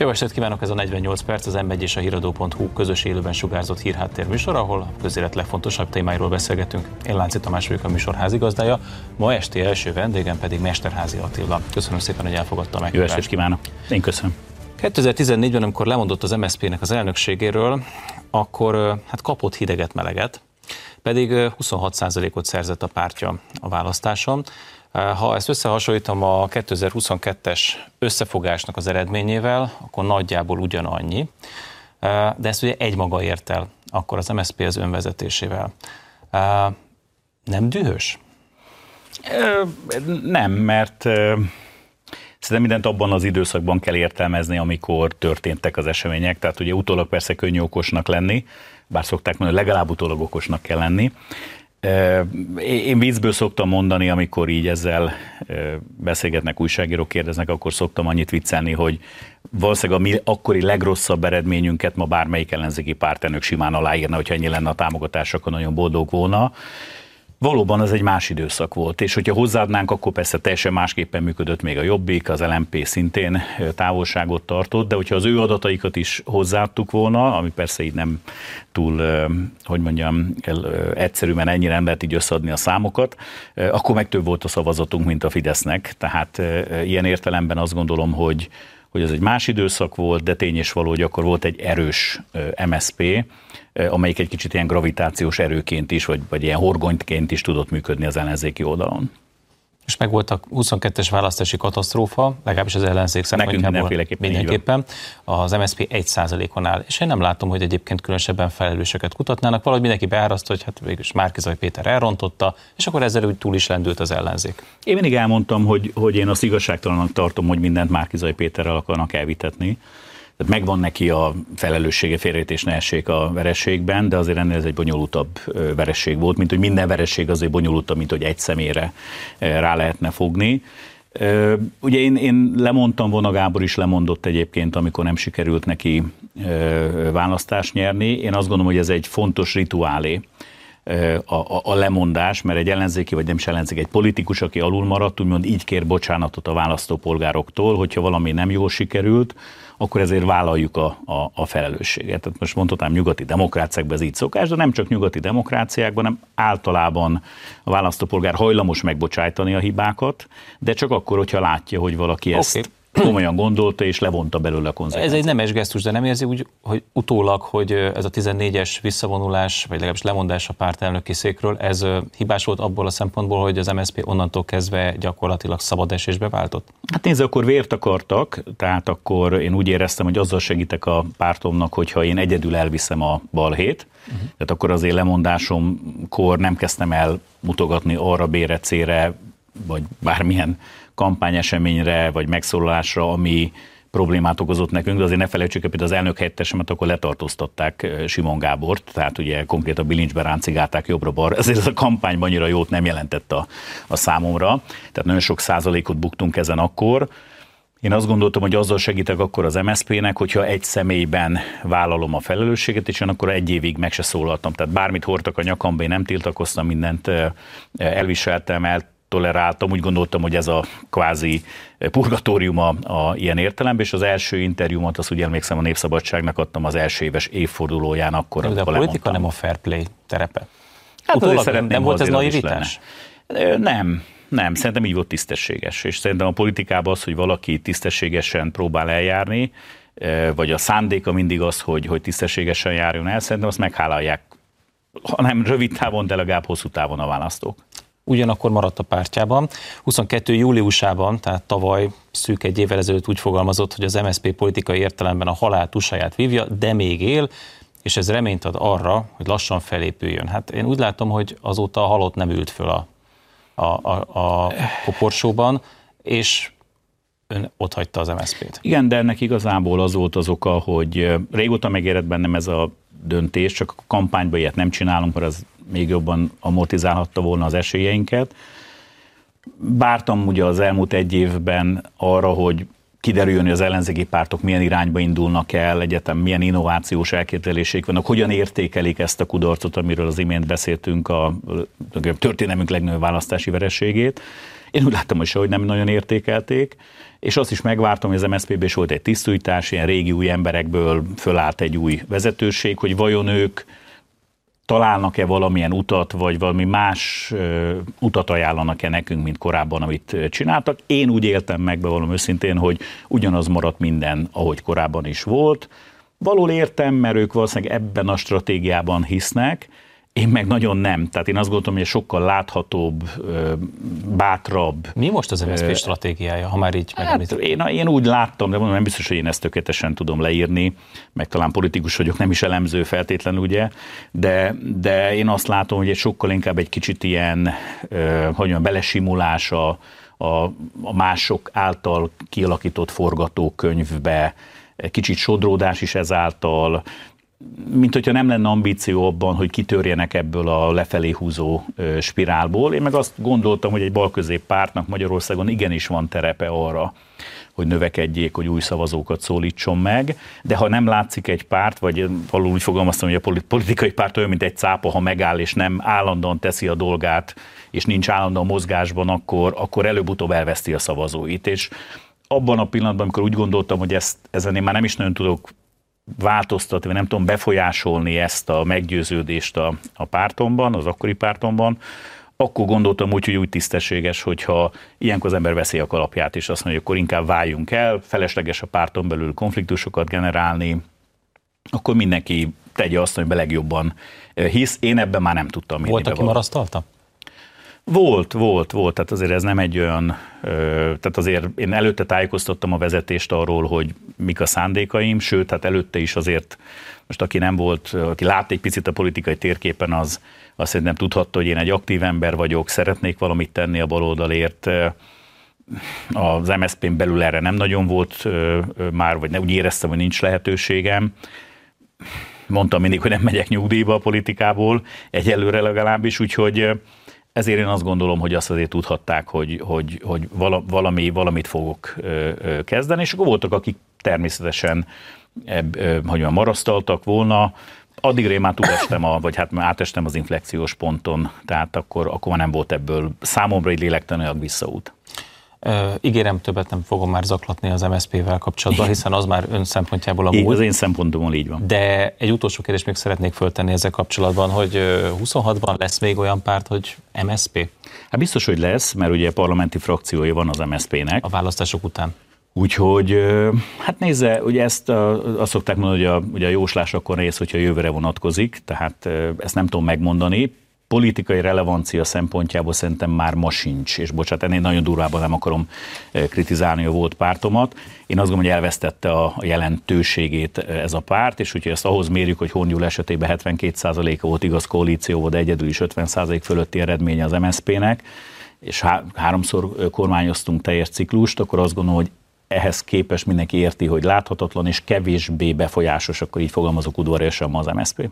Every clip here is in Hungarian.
Jó estét kívánok, ez a 48 perc, az M1 és a Híradó.hu közös élőben sugárzott hírháttér műsor, ahol a közélet legfontosabb témáiról beszélgetünk. Én Lánci Tamás vagyok, a műsor házigazdája, ma esti első vendégem pedig Mesterházy Attila. Köszönöm szépen, hogy elfogadta a meghívást. Jó estét kívánok. Én köszönöm. 2014-ben, amikor lemondott az MSZP-nek az elnökségéről, akkor kapott hideget-meleget, pedig 26%-ot szerzett a pártja a választáson. Ha ezt összehasonlítom a 2022-es összefogásnak az eredményével, akkor nagyjából ugyanannyi, de ezt ugye egymaga ért el akkor az MSZP az önvezetésével. Nem dühös? Nem, mert szerintem mindent abban az időszakban kell értelmezni, amikor történtek az események, tehát ugye utólag persze könnyű okosnak lenni, bár szokták mondani, hogy legalább utólag okosnak kell lenni. Én viccből szoktam mondani, amikor így ezzel beszélgetnek, újságírók kérdeznek, akkor szoktam annyit viccelni, hogy valószínűleg a mi akkori legrosszabb eredményünket ma bármelyik ellenzéki pártelnök simán aláírna, hogyha ennyi lenne a támogatás, akkor nagyon boldog volna. Valóban ez egy más időszak volt, és hogyha hozzáadnánk, akkor persze teljesen másképpen működött még a Jobbik, az LMP szintén távolságot tartott, de hogyha az ő adataikat is hozzáadtuk volna, ami persze így nem túl, egyszerű, mert ennyire nem lehet így összeadni a számokat, akkor meg több volt a szavazatunk, mint a Fidesznek, tehát ilyen értelemben azt gondolom, hogy ez egy más időszak volt, de tény és való, hogy akkor volt egy erős MSZP, amelyik egy kicsit ilyen gravitációs erőként is, vagy ilyen horgonyként is tudott működni az ellenzéki oldalon. És meg volt a 22-es választási katasztrófa, legalábbis az ellenzék szempontjából mindenképpen. Az MSZP 1%-on áll, és én nem látom, hogy egyébként különösebben felelőseket kutatnának. Valahogy mindenki beárasztja, hogy hát végülis Márki-Zay Péter elrontotta, és akkor ezzel úgy túl is lendült az ellenzék. Én mindig elmondtam, hogy én azt igazságtalannak tartom, hogy mindent Márki-Zay Péterrel akarnak elvitetni. Tehát megvan neki a felelőssége, félreértés ne essék a vereségben, de azért ennél ez egy bonyolultabb vereség volt, mint hogy minden vereség azért bonyolultabb, mint hogy egy személyre rá lehetne fogni. Ugye én lemondtam, Vona Gábor is lemondott egyébként, amikor nem sikerült neki választást nyerni. Én azt gondolom, hogy ez egy fontos rituálé, a lemondás, mert egy ellenzéki, vagy nem is ellenzéki, egy politikus, aki alul maradt, úgymond így kér bocsánatot a választópolgároktól, hogyha valami nem jól sikerült, akkor ezért vállaljuk a felelősséget. Tehát most mondhatnám, nyugati demokráciákban ez így szokás, de nem csak nyugati demokráciákban, hanem általában a választópolgár hajlamos megbocsájtani a hibákat, de csak akkor, hogyha látja, hogy valaki ezt komolyan gondolta, és levonta belőle a konzekvenciát. Ez egy nemes gesztus, de nem érzi úgy, hogy utólag, hogy ez a 14-es visszavonulás, vagy legalábbis lemondás a pártelnöki székről, ez hibás volt abból a szempontból, hogy az MSZP onnantól kezdve gyakorlatilag szabad esésbe váltott? Hát nézd, akkor vért akartak, tehát akkor én úgy éreztem, hogy azzal segítek a pártomnak, hogyha én egyedül elviszem a balhét, tehát akkor azért lemondásomkor nem kezdtem el mutogatni arra bérecére, vagy bármilyen kampányeseményre, vagy megszólalásra, ami problémát okozott nekünk, de azért ne felejtsük, hogy az elnök helyettesemet akkor letartóztatták, Simon Gábort, tehát ugye konkrétan bilincsbe ráncigálták jobbra-balra, ezért ez a kampányban annyira jót nem jelentett a számomra, tehát nagyon sok százalékot buktunk ezen akkor. Én azt gondoltam, hogy azzal segítek akkor az MSZP-nek, hogyha egy személyben vállalom a felelősséget, és én akkor egy évig meg se szólaltam. Tehát bármit hordtak a nyakamba, én nem tiltakoztam, mindent elviseltem, toleráltam, úgy gondoltam, hogy ez a kvázi purgatórium a ilyen értelemben, és az első interjúmat, azt úgy emlékszem, a Népszabadságnak adtam az első éves évfordulóján, akkor de a politika nem a fair play terepe. Hát utólag nem volt ez naivitás? Nem, szerintem így volt tisztességes, és szerintem a politikában az, hogy valaki tisztességesen próbál eljárni, vagy a szándéka mindig az, hogy tisztességesen járjon el, szerintem azt meghálálják, ha nem rövid távon, de legalább hosszú távon a választók. Ugyanakkor maradt a pártjában. 22. júliusában, tehát tavaly szűk egy évvel ezelőtt úgy fogalmazott, hogy az MSZP politikai értelemben a halál tusaját vívja, de még él, és ez reményt ad arra, hogy lassan felépüljön. Hát én úgy látom, hogy azóta a halott nem ült föl a koporsóban, és ön otthagyta az MSZP-t. Igen, de ennek igazából az volt az oka, hogy régóta megérett bennem ez a döntés, csak a kampányban ilyet nem csinálunk, mert az még jobban amortizálhatta volna az esélyeinket. Vártam ugye az elmúlt egy évben arra, hogy kiderüljön, hogy az ellenzéki pártok milyen irányba indulnak el, egyetem milyen innovációs elképzeléseik vannak, hogyan értékelik ezt a kudarcot, amiről az imént beszéltünk, a történelmünk legnagyobb választási vereségét. Én úgy láttam, hogy sehogy nem nagyon értékelték, és azt is megvártam, hogy az MSZP-ben is volt egy tisztújítás, ilyen régi új emberekből fölállt egy új vezetőség, hogy vajon ők találnak-e valamilyen utat, vagy valami más utat ajánlanak-e nekünk, mint korábban, amit csináltak. Én úgy éltem meg, bevallom őszintén, hogy ugyanaz maradt minden, ahogy korábban is volt. Valahol értem, mert ők valószínűleg ebben a stratégiában hisznek, én meg nagyon nem. Tehát én azt gondolom, hogy sokkal láthatóbb, bátrabb. Mi most az MSZP stratégiája, ha már így megemlítem? Én úgy láttam, de mondom, nem biztos, hogy én ezt tökéletesen tudom leírni, meg talán politikus vagyok, nem is elemző feltétlenül, ugye, de én azt látom, hogy egy sokkal inkább egy kicsit ilyen, hogy mondjam, belesimulás a mások által kialakított forgatókönyvbe, kicsit sodródás is ezáltal, mint hogyha nem lenne ambíció abban, hogy kitörjenek ebből a lefelé húzó spirálból. Én meg azt gondoltam, hogy egy balközép pártnak Magyarországon igenis van terepe arra, hogy növekedjék, hogy új szavazókat szólítson meg, de ha nem látszik egy párt, vagy valóban úgy fogalmaztam, hogy a politikai párt olyan, mint egy cápa, ha megáll és nem állandóan teszi a dolgát, és nincs állandóan mozgásban, akkor előbb-utóbb elveszti a szavazóit. És abban a pillanatban, amikor úgy gondoltam, hogy ezen én már nem is nagyon tudok változtatni, vagy nem tudom befolyásolni ezt a meggyőződést a pártomban, az akkori pártomban, akkor gondoltam úgy, hogy úgy tisztességes, hogyha ilyenkor az ember veszi a kalapját, és azt mondja, hogy akkor inkább váljunk el, felesleges a párton belül konfliktusokat generálni, akkor mindenki tegye azt, amiben legjobban hisz. Én ebben már nem tudtam hinni. Volt, aki marasztalta? Volt, tehát azért ez nem egy olyan, tehát azért én előtte tájékoztattam a vezetést arról, hogy mik a szándékaim, sőt, hát előtte is azért, most aki nem volt, aki lát egy picit a politikai térképen, az szerintem tudhatta, hogy én egy aktív ember vagyok, szeretnék valamit tenni a baloldalért. Az MSZP-n belül erre nem nagyon volt már, vagy úgy éreztem, hogy nincs lehetőségem. Mondtam mindig, hogy nem megyek nyugdíjba a politikából, egyelőre legalábbis, úgyhogy ezért én azt gondolom, hogy azt azért tudhatták, hogy valamit fogok kezdeni, és akkor voltak, akik természetesen marasztaltak volna. Addigra én már túlestem, vagy hát átestem az inflexiós ponton, tehát akkor már nem volt ebből számomra egy lélektanilag visszaút. Ígérem, többet nem fogom már zaklatni az MSZP-vel kapcsolatban, hiszen az már ön szempontjából a múlt. Az én szempontomból így van. De egy utolsó kérdést még szeretnék föltenni ezzel kapcsolatban, hogy 26-ban lesz még olyan párt, hogy MSZP? Hát biztos, hogy lesz, mert ugye parlamenti frakciója van az MSZP-nek. A választások után. Úgyhogy, hát nézze, ugye azt szokták mondani, hogy ugye a jóslás akkor rész, hogyha jövőre vonatkozik, tehát ezt nem tudom megmondani. Politikai relevancia szempontjából szerintem már ma sincs, és bocsánat, ennél nagyon durvában nem akarom kritizálni a volt pártomat. Én azt gondolom, hogy elvesztette a jelentőségét ez a párt, és hogyha ezt ahhoz mérjük, hogy Horn esetében 72%-a volt igaz koalíció, volt egyedül is 50% fölötti eredménye az MSZP-nek, és háromszor kormányoztunk teljes ciklust, akkor azt gondolom, hogy ehhez képest mindenki érti, hogy láthatatlan és kevésbé befolyásos, akkor így fogalmazok udvariasan az MSZP.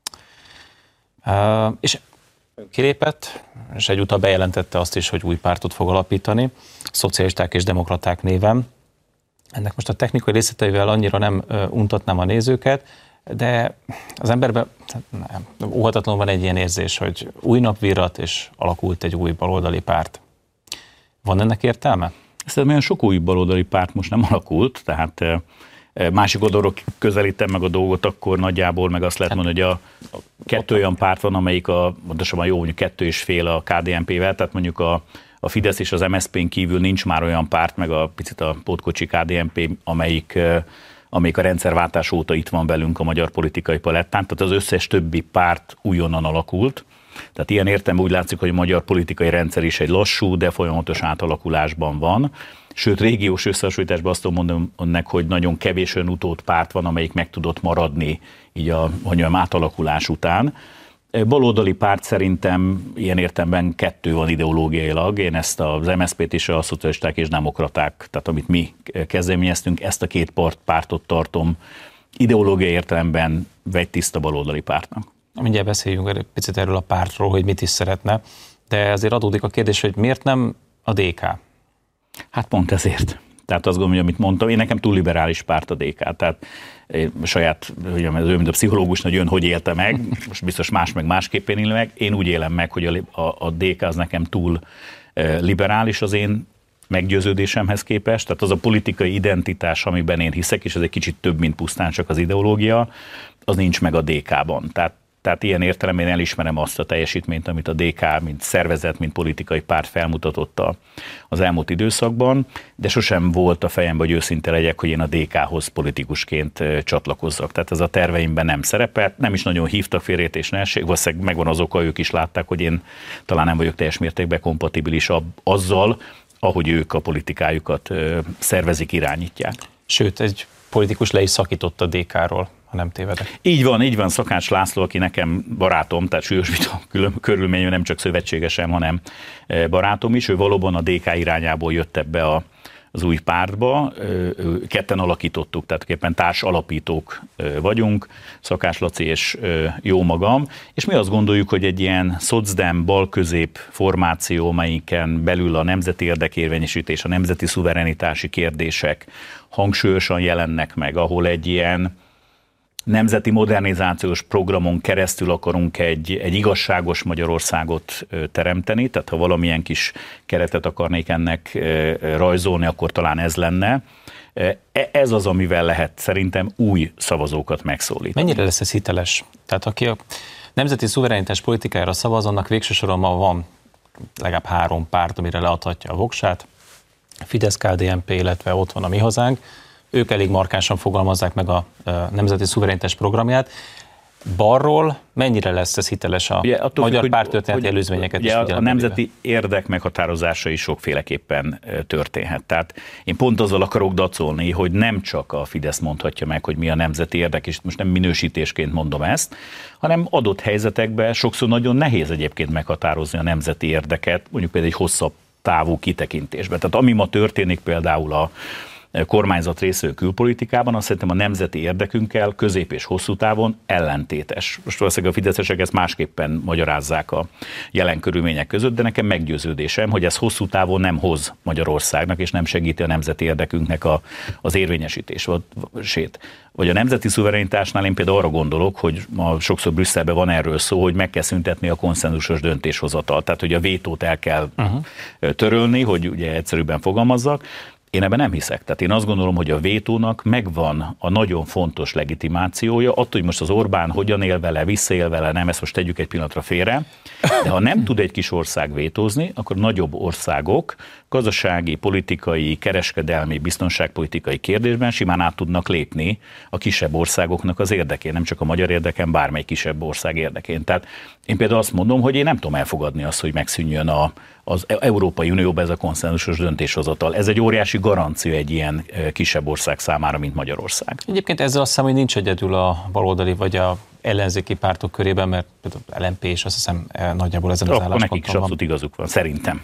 És kilépett, és egyúttal bejelentette azt is, hogy új pártot fog alapítani, szocialisták és demokraták néven. Ennek most a technikai részleteivel annyira nem untatnám a nézőket, de az emberben óhatatlanul van egy ilyen érzés, hogy új nap virrat, és alakult egy új baloldali párt. Van ennek értelme? Szerintem olyan sok új baloldali párt most nem alakult, tehát másik oldalról közelítem meg a dolgot, akkor nagyjából meg azt lehet mondani, hogy a kettő olyan párt van, amelyik pontosabban jó, mondjuk 2,5 a KDNP-vel, tehát mondjuk a Fidesz és az MSZP-n kívül nincs már olyan párt, meg a picit a pótkocsi KDNP, amelyik a rendszerváltás óta itt van velünk a magyar politikai palettán, tehát az összes többi párt újonnan alakult. Tehát ilyen értelemben úgy látszik, hogy a magyar politikai rendszer is egy lassú, de folyamatos átalakulásban van. Sőt, régiós összehasonlításban azt tudom mondani önnek, hogy nagyon kevés olyan utód párt van, amelyik meg tudott maradni így a átalakulás után. Baloldali párt szerintem ilyen értelemben kettő van ideológiailag. Én ezt az MSZP-t is, a szocialisták és demokraták, tehát amit mi kezdeményeztünk, ezt a két pártot tartom ideológiai értelemben vegytiszta baloldali pártnak. Mindjárt beszéljünk egy picit erről a pártról, hogy mit is szeretne, de azért adódik a kérdés, hogy miért nem a DK? Hát pont ezért. Tehát azt gondolom, hogy amit mondtam, én nekem túl liberális párt a DK, tehát saját, hogy az ő, mint a pszichológus, hogy ön hogy élte meg, most biztos más meg másképpen él meg, én úgy élem meg, hogy a DK az nekem túl liberális az én meggyőződésemhez képest, tehát az a politikai identitás, amiben én hiszek, és ez egy kicsit több, mint pusztán csak az ideológia, az nincs meg a DK-ban. Tehát ilyen értelemben én elismerem azt a teljesítményt, amit a DK, mint szervezet, mint politikai párt felmutatott az elmúlt időszakban, de sosem volt a fejemben, hogy őszinte legyek, hogy én a DK-hoz politikusként csatlakozzak. Tehát ez a terveimben nem szerepelt, nem is nagyon hívtak félreértésre, valószínűleg megvan az oka, ők is látták, hogy én talán nem vagyok teljes mértékben kompatibilis azzal, ahogy ők a politikájukat szervezik, irányítják. Sőt, egy politikus le is szakított a DK-ról, ha nem tévedek. Így van, Szakács László, aki nekem barátom, tehát súlyos vita körülményű, nem csak szövetségesem, hanem barátom is. Ő valóban a DK irányából jött ebbe az új pártba. Ketten alakítottuk, tehát éppen társ alapítók vagyunk, Szakács Laci és jó magam, és mi azt gondoljuk, hogy egy ilyen szocdem bal-közép formáció, amelyiken belül a nemzeti érdekérvényesítés, a nemzeti szuverenitási kérdések hangsúlyosan jelennek meg, ahol egy ilyen nemzeti modernizációs programon keresztül akarunk egy igazságos Magyarországot teremteni, tehát ha valamilyen kis keretet akarnék ennek rajzolni, akkor talán ez lenne. Ez az, amivel lehet szerintem új szavazókat megszólítani. Mennyire lesz ez hiteles? Tehát aki a nemzeti szuverenitás politikájára szavaz, annak végső soron ma van legalább 3 párt, amire leadhatja a voksát, Fidesz, KDNP, illetve ott van a Mi Hazánk. Ők elég markánsan fogalmazzák meg a nemzeti szuverenitás programját. Balról mennyire lesz ez hiteles a magyar párttörténeti előzményeket is figyelembe? A nemzeti érdek meghatározása is sokféleképpen történhet. Tehát én pont azzal akarok dacolni, hogy nem csak a Fidesz mondhatja meg, hogy mi a nemzeti érdek, és most nem minősítésként mondom ezt, hanem adott helyzetekben sokszor nagyon nehéz egyébként meghatározni a nemzeti érdeket, mondjuk például egy hosszabb távú kitekintésben. Tehát ami ma történik például a kormányzat részéről külpolitikában, azt szerintem a nemzeti érdekünkkel közép és hosszú távon ellentétes. Most valószínűleg a fideszesek ezt másképpen magyarázzák a jelen körülmények között, de nekem meggyőződésem, hogy ez hosszú távon nem hoz Magyarországnak, és nem segíti a nemzeti érdekünknek az érvényesítését. Vagy a nemzeti szuverenitásnál én például arra gondolok, hogy ma sokszor Brüsszelben van erről szó, hogy meg kell szüntetni a konszenzusos döntéshozatalt, tehát hogy a vétót el kell törölni, hogy ugye egyszerűbben fogalmazzak. Én ebben nem hiszek. Tehát én azt gondolom, hogy a vétónak megvan a nagyon fontos legitimációja, attól, hogy most az Orbán hogyan él vele, visszaél vele, nem, ezt most tegyük egy pillanatra félre, de ha nem tud egy kis ország vétózni, akkor nagyobb országok gazdasági, politikai, kereskedelmi, biztonságpolitikai kérdésben simán át tudnak lépni a kisebb országoknak az érdekén, nem csak a magyar érdeken, bármely kisebb ország érdekén. Tehát én például azt mondom, hogy én nem tudom elfogadni azt, hogy megszűnjön az Európai Unióban ez a konszenzusos döntéshozatal. Ez egy óriási garancia egy ilyen kisebb ország számára, mint Magyarország. Egyébként ezzel azt hiszem, hogy nincs egyedül a baloldali vagy a ellenzéki pártok körében, mert például LMP is azt hiszem nagyjából ezen az állásponton van. Nekik is abszolút igazuk van, szerintem.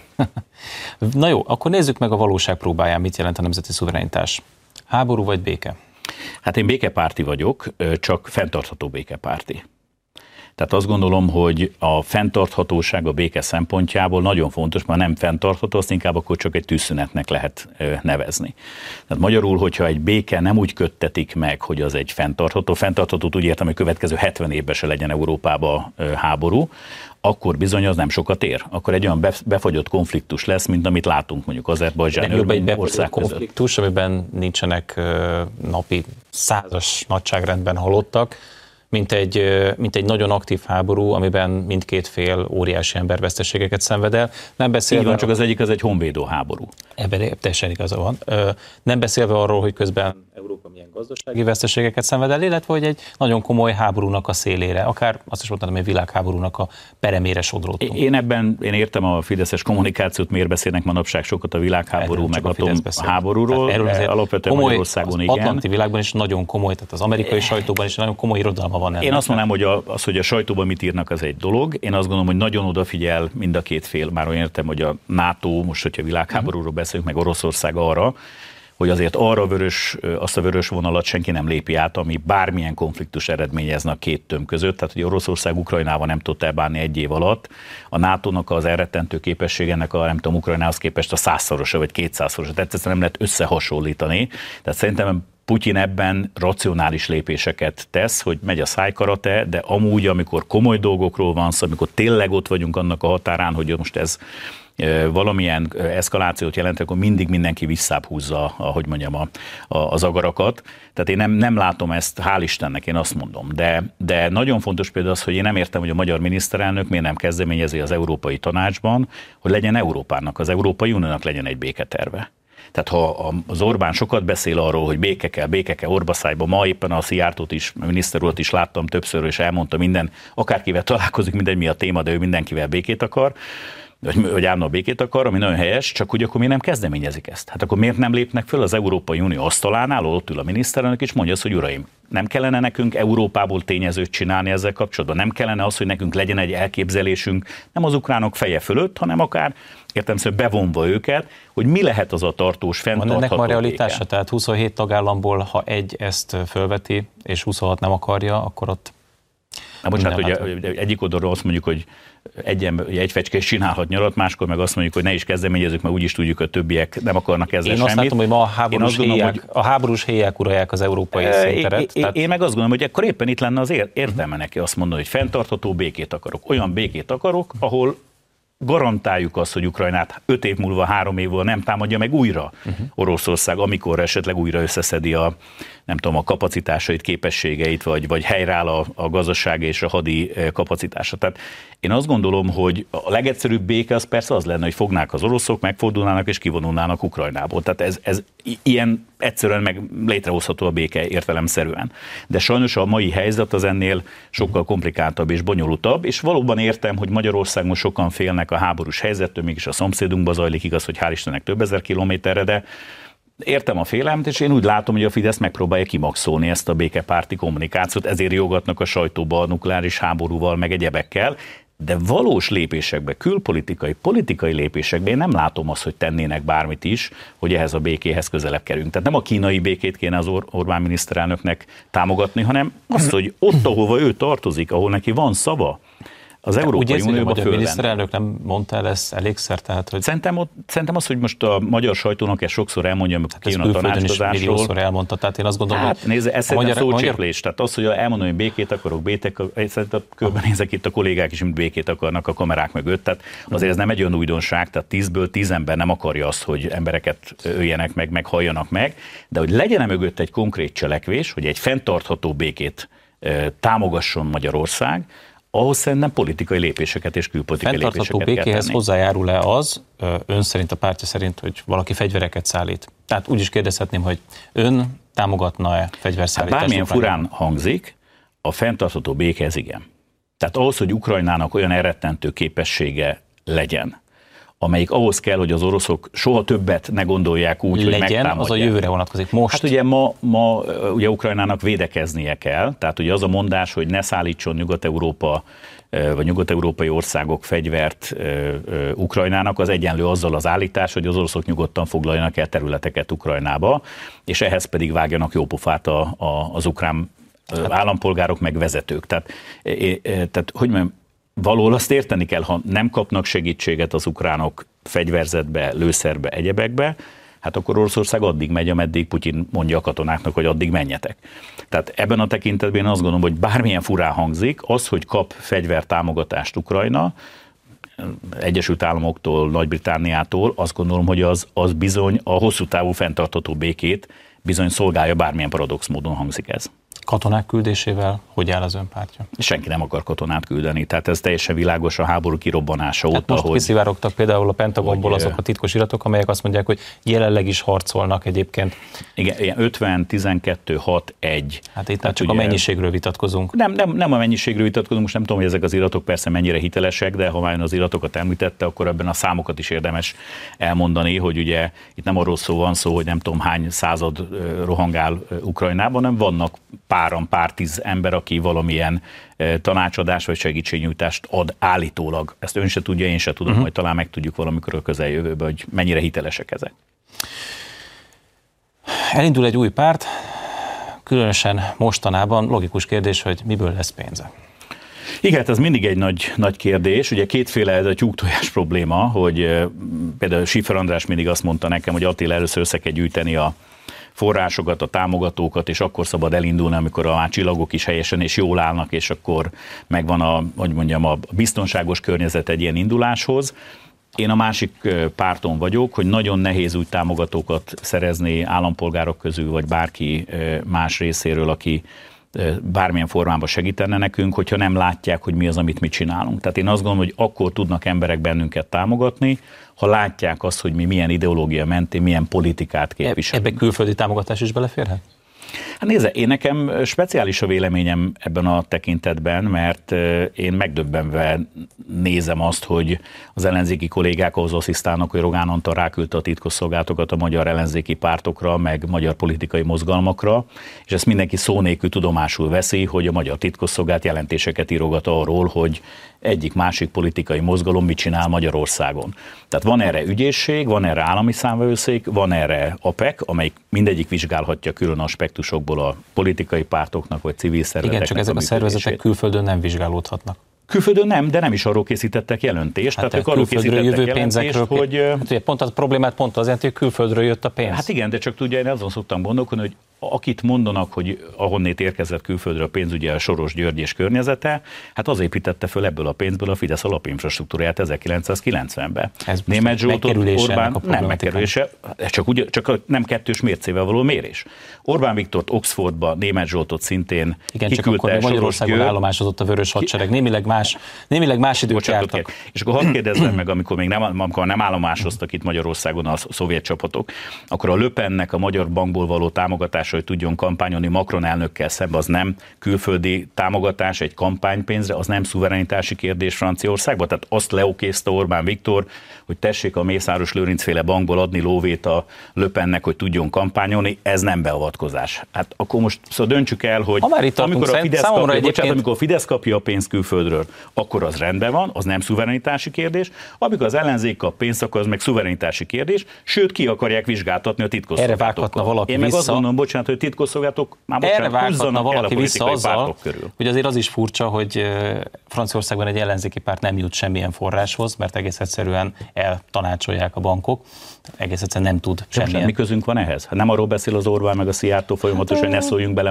Na jó, akkor nézzük meg a valóság próbáján, mit jelent a nemzeti szuverenitás. Háború vagy béke? Hát én békepárti vagyok, csak fenntartható békepárti. Tehát azt gondolom, hogy a fenntarthatóság a béke szempontjából nagyon fontos, mert nem fenntartható, azt inkább akkor csak egy tűzszünetnek lehet nevezni. Tehát magyarul, hogyha egy béke nem úgy köttetik meg, hogy az egy fenntarthatót úgy értem, hogy következő 70 évben se legyen Európában háború, akkor bizony az nem sokat ér. Akkor egy olyan befagyott konfliktus lesz, mint amit látunk mondjuk Azerbajdzsán, Örmény ország konfliktus, amiben nincsenek napi 100-as nagyságrendben halottak, mint egy nagyon aktív háború, amiben mindkét fél óriási emberveszteségeket szenved el. Nem beszélve, így van, csak az egyik az egy honvédó háború. Ebben teljesen igaza van. Nem beszélve arról, hogy közben Európa milyen gazdasági veszteségeket szenved el, illetve hogy egy nagyon komoly háborúnak a szélére, akár azt is mondtam, hogy világháborúnak a peremére sodródtunk. Én értem a fideszes kommunikációt, miért beszélnek manapság sokat a világháború, meg atomháborúról, alapvetően Magyarországon igen. Atlanti világban is nagyon komoly, tehát az amerikai sajtóban is nagyon komoly irodalma van. Én azt mondanám, hogy a sajtóban mit írnak, az egy dolog. Én azt gondolom, hogy nagyon odafigyel mind a két fél. Már olyan értem, hogy a NATO, most hogyha világháborúról beszélünk, meg Oroszország arra, hogy azért azt a vörös vonalat senki nem lépi át, ami bármilyen konfliktus eredményezne a két tömb között. Tehát, hogy Oroszország Ukrajnával nem tudta elbánni egy év alatt. A NATO-nak az elrettentő képességenek nem tudom, Ukrajnához képest a 100-szorosa vagy 200-szorosa. Tehát ezt nem lehet összehasonlítani. Tehát szerintem Putyin ebben racionális lépéseket tesz, hogy megy a szájkarate, de amúgy, amikor komoly dolgokról van szó, amikor tényleg ott vagyunk annak a határán, hogy most ez valamilyen eszkalációt jelent, akkor mindig mindenki visszább húzza, ahogy mondjam, az agarakat. Tehát én nem látom ezt, hál' Istennek, én azt mondom. De nagyon fontos például az, hogy én nem értem, hogy a magyar miniszterelnök miért nem kezdeményezi az Európai Tanácsban, hogy legyen Európának, az Európai Uniónak legyen egy béketerve. Tehát ha az Orbán sokat beszél arról, hogy béke kell orbaszájba, ma éppen a Szijjártót is, a miniszter urat is láttam többször, és elmondta minden, akárkivel találkozik, mindegy mi a téma, de ő mindenkivel békét akar, vagy állandóan békét akar, ami nagyon helyes, csak hogy akkor miért nem kezdeményezik ezt? Hát akkor miért nem lépnek föl az Európai Unió asztalánál, ott ül a miniszterelnök, és mondja azt, hogy uraim, nem kellene nekünk Európából tényezőt csinálni ezzel kapcsolatban? Nem kellene az, hogy nekünk legyen egy elképzelésünk, nem az ukránok feje fölött, hanem akár értelemszerűen bevonva őket, hogy mi lehet az a tartós, fenntartható béke? Van ennek ma realitása? béke? Tehát 27 tagállamból, ha egy ezt fölveti, és 26 nem akarja, akkor ott... Na bocsánat, hogy egyik oldalról azt mondjuk, hogy egy fecske is csinálhat nyarat, máskor meg azt mondjuk, hogy ne is kezdeményezzük, mert úgyis tudjuk, hogy a többiek nem akarnak ezzel semmit. Én azt látom, hogy ma a háborús héják uralják az európai színteret. Én meg azt gondolom, hogy akkor éppen itt lenne az értelme neki azt mondani, hogy fenntartható békét akarok. Olyan békét akarok, ahol garantáljuk azt, hogy Ukrajnát 5 év múlva, 3 év múlva nem támadja meg újra Oroszország, amikor esetleg újra összeszedi a kapacitásait, képességeit, vagy helyreáll a gazdasága és a hadi kapacitása. Tehát én azt gondolom, hogy a legegyszerűbb béke az persze az lenne, hogy fognák az oroszok, megfordulnának és kivonulnának Ukrajnából. Tehát ez ilyen egyszerűen meg létrehozható a béke értelemszerűen. De sajnos a mai helyzet az ennél sokkal komplikáltabb és bonyolultabb, és valóban értem, hogy Magyarországon sokan félnek a háborús helyzettől, mégis a szomszédunkba zajlik, igaz, hogy hál' Istennek több ezer kilométerre, de értem a félelmet, és én úgy látom, hogy a Fidesz megpróbálja kimaxolni ezt a békepárti kommunikációt, ezért jogatnak a sajtóba a nukleáris háborúval, meg egyebekkel, de valós lépésekbe, politikai lépésekbe én nem látom azt, hogy tennének bármit is, hogy ehhez a békéhez közelebb kerülünk. Tehát nem a kínai békét kéne az Orbán miniszterelnöknek támogatni, hogy azt, hogy ott, ahova ő tartozik, ahol neki van szava, az Európai Unióban föl lenne. Miniszterelnök nem mondta el ezt elégszer, tehát hogy... Szerintem az, hogy most a magyar sajtónak ezt sokszor elmondja, amikor kijön a tanácskozásról. Milliószor elmondta, tehát én azt gondolom, hogy... Nézze, ez szerintem szócséplés, tehát az, hogy elmondom, hogy békét akarok, szerintem körbenézek itt a kollégák is, mint békét akarnak a kamerák mögött, tehát azért ez nem egy olyan újdonság, tehát 10-ből 10 ember nem akarja azt, hogy embereket öljenek meg halljanak meg, de hogy legyen mögött egy konkrét cselekvés, hogy egy fenntartható békét támogasson Magyarország, ahhoz szerintem politikai lépéseket és külpolitikai lépéseket kell tenni. Fenntartható békéhez hozzájárul-e az, ön szerint, a pártja szerint, hogy valaki fegyvereket szállít? Tehát úgy is kérdezhetném, hogy ön támogatna-e fegyverszállítást? Bármilyen furán hangzik, a fenntartható békehez igen. Tehát ahhoz, hogy Ukrajnának olyan elrettentő képessége legyen, amelyik ahhoz kell, hogy az oroszok soha többet ne gondolják úgy, hogy megtámadják. Az a jövőre vonatkozik. Most? Hát ugye ma ugye Ukrajnának védekeznie kell, tehát ugye az a mondás, hogy ne szállítson Nyugat-Európa vagy nyugat-európai országok fegyvert Ukrajnának, az egyenlő azzal az állítás, hogy az oroszok nyugodtan foglaljanak el területeket Ukrajnába, és ehhez pedig vágjanak jópofát az ukrán állampolgárok meg vezetők. Tehát hogy mondjam, valahol azt érteni kell, ha nem kapnak segítséget az ukránok fegyverzetbe, lőszerbe, egyebekbe, hát akkor Oroszország addig megy, ameddig Putyin mondja a katonáknak, hogy addig menjetek. Tehát ebben a tekintetben én azt gondolom, hogy bármilyen furán hangzik, az, hogy kap fegyvertámogatást Ukrajna, Egyesült Államoktól, Nagy-Britanniától, azt gondolom, hogy az bizony a hosszú távú fenntartható békét bizony szolgálja, bármilyen paradox módon hangzik ez. Katonák küldésével hogy áll az ön pártja? Senki nem akar katonát küldeni, tehát ez teljesen világos a háború kirobbanása óta. Most kiszivárogtak például a Pentagonból azok a titkos iratok, amelyek azt mondják, hogy jelenleg is harcolnak egyébként. Igen, 50, 12, 6, 1. Hát itt csak ugye, a mennyiségről vitatkozunk. Nem a mennyiségről vitatkozunk, most nem tudom, hogy ezek az iratok persze mennyire hitelesek, de ha már az iratokat említette, akkor ebben a számokat is érdemes elmondani, hogy ugye itt nem arról van szó, hogy nem tudom hány század rohangál Ukrajnában, hanem vannak pár 10 ember, aki valamilyen tanácsadás vagy segítségnyújtást ad állítólag. Ezt ön se tudja, én se tudom, majd talán megtudjuk valamikor a közeljövőben, hogy mennyire hitelesek ezek. Elindul egy új párt, különösen mostanában logikus kérdés, hogy miből lesz pénze. Igen, ez mindig egy nagy kérdés. Ugye kétféle ez a tyúktojás probléma, hogy például Schiffer András mindig azt mondta nekem, hogy Attila először össze kell gyűjteni a forrásokat, a támogatókat, és akkor szabad elindulni, amikor a csillagok is helyesen és jól állnak, és akkor megvan a biztonságos környezet egy ilyen induláshoz. Én a másik párton vagyok, hogy nagyon nehéz úgy támogatókat szerezni állampolgárok közül, vagy bárki más részéről, aki bármilyen formában segítene nekünk, hogyha nem látják, hogy mi az, amit mi csinálunk. Tehát én azt gondolom, hogy akkor tudnak emberek bennünket támogatni, ha látják azt, hogy mi milyen ideológia mentén, milyen politikát képviselünk. Ebbe külföldi támogatás is beleférhet? Hát nézze, én nekem speciális a véleményem ebben a tekintetben, mert én megdöbbenve nézem azt, hogy az ellenzéki kollégák ahhoz asszisztálnak, hogy Rogán Antal ráküldte a titkosszolgálatokat a magyar ellenzéki pártokra, meg magyar politikai mozgalmakra, és ezt mindenki szó nélkül tudomásul veszi, hogy a magyar titkosszolgálat jelentéseket írogat arról, hogy egyik-másik politikai mozgalom mit csinál Magyarországon. Tehát van erre ügyészség, van erre állami számvevőszék, van erre APEC, amelyik mindegyik vizsgálhatja külön aspektusokból a politikai pártoknak vagy civil szervezeteknek. Igen, csak ezek a szervezetek külföldön nem vizsgálódhatnak. Külföldön nem, de nem is arról készítettek jelentést. Hát tehát ők arról készítettek jelentést, hogy... Hát, pont a problémát pont az jelenti, hogy külföldről jött a pénz. Hát igen, de csak tudja, én azon szoktam gondolkodni, hogy akit mondanak, hogy ahonnét érkezett külföldre a pénz, ugye a Soros György és környezete, hát az építette föl ebből a pénzből a Fidesz alapinfrastruktúráját 1990-ben. Németh Zsoltot, Orbán nem megkerülése, csak nem kettős mércével való mérés. Orbán Viktort Oxfordba, Németh Zsoltot szintén igen, csak akkor Magyarországon állomásozott a Vörös Hadsereg, némileg más idők jártak. És akkor hadd kérdezzem meg, amikor nem állomásoztak itt Magyarországon a szovjet csapatok, akkor a Le Pennek a magyar bankból való támogatás, hogy tudjon kampányolni Macron elnökkel szemben, az nem külföldi támogatás egy kampánypénzre, az nem szuverenitási kérdés Franciaországban. Tehát azt leokézta Orbán Viktor, hogy tessék a Mészáros Lőrincféle bankból adni lóvét a Le Pennek, hogy tudjon kampányolni, ez nem beavatkozás. Hát akkor most döntsük el, hogy amikor a Fidesz kapja a pénzt külföldről, akkor az rendben van, az nem szuverenitási kérdés. Amikor az ellenzék kap pénzt, akkor az meg szuverenitási kérdés, sőt ki akarják vizsgáltatni a titkosszolgálatokkal. Én meg azt gondolom, bocsánat, hogy titkosszolgálatok húzzanak valaki el a vissza azzal, körül. Hogy azért az is furcsa, hogy Franciaországban egy ellenzéki párt nem jut semmilyen forráshoz, mert egész egyszerűen eltanácsolják a bankok, egész egyszerűen nem tud semmilyen. Mi közünk van ehhez? Hát nem arról beszél az Orbán meg a Szijjártó folyamatosan, hogy ne szóljunk bele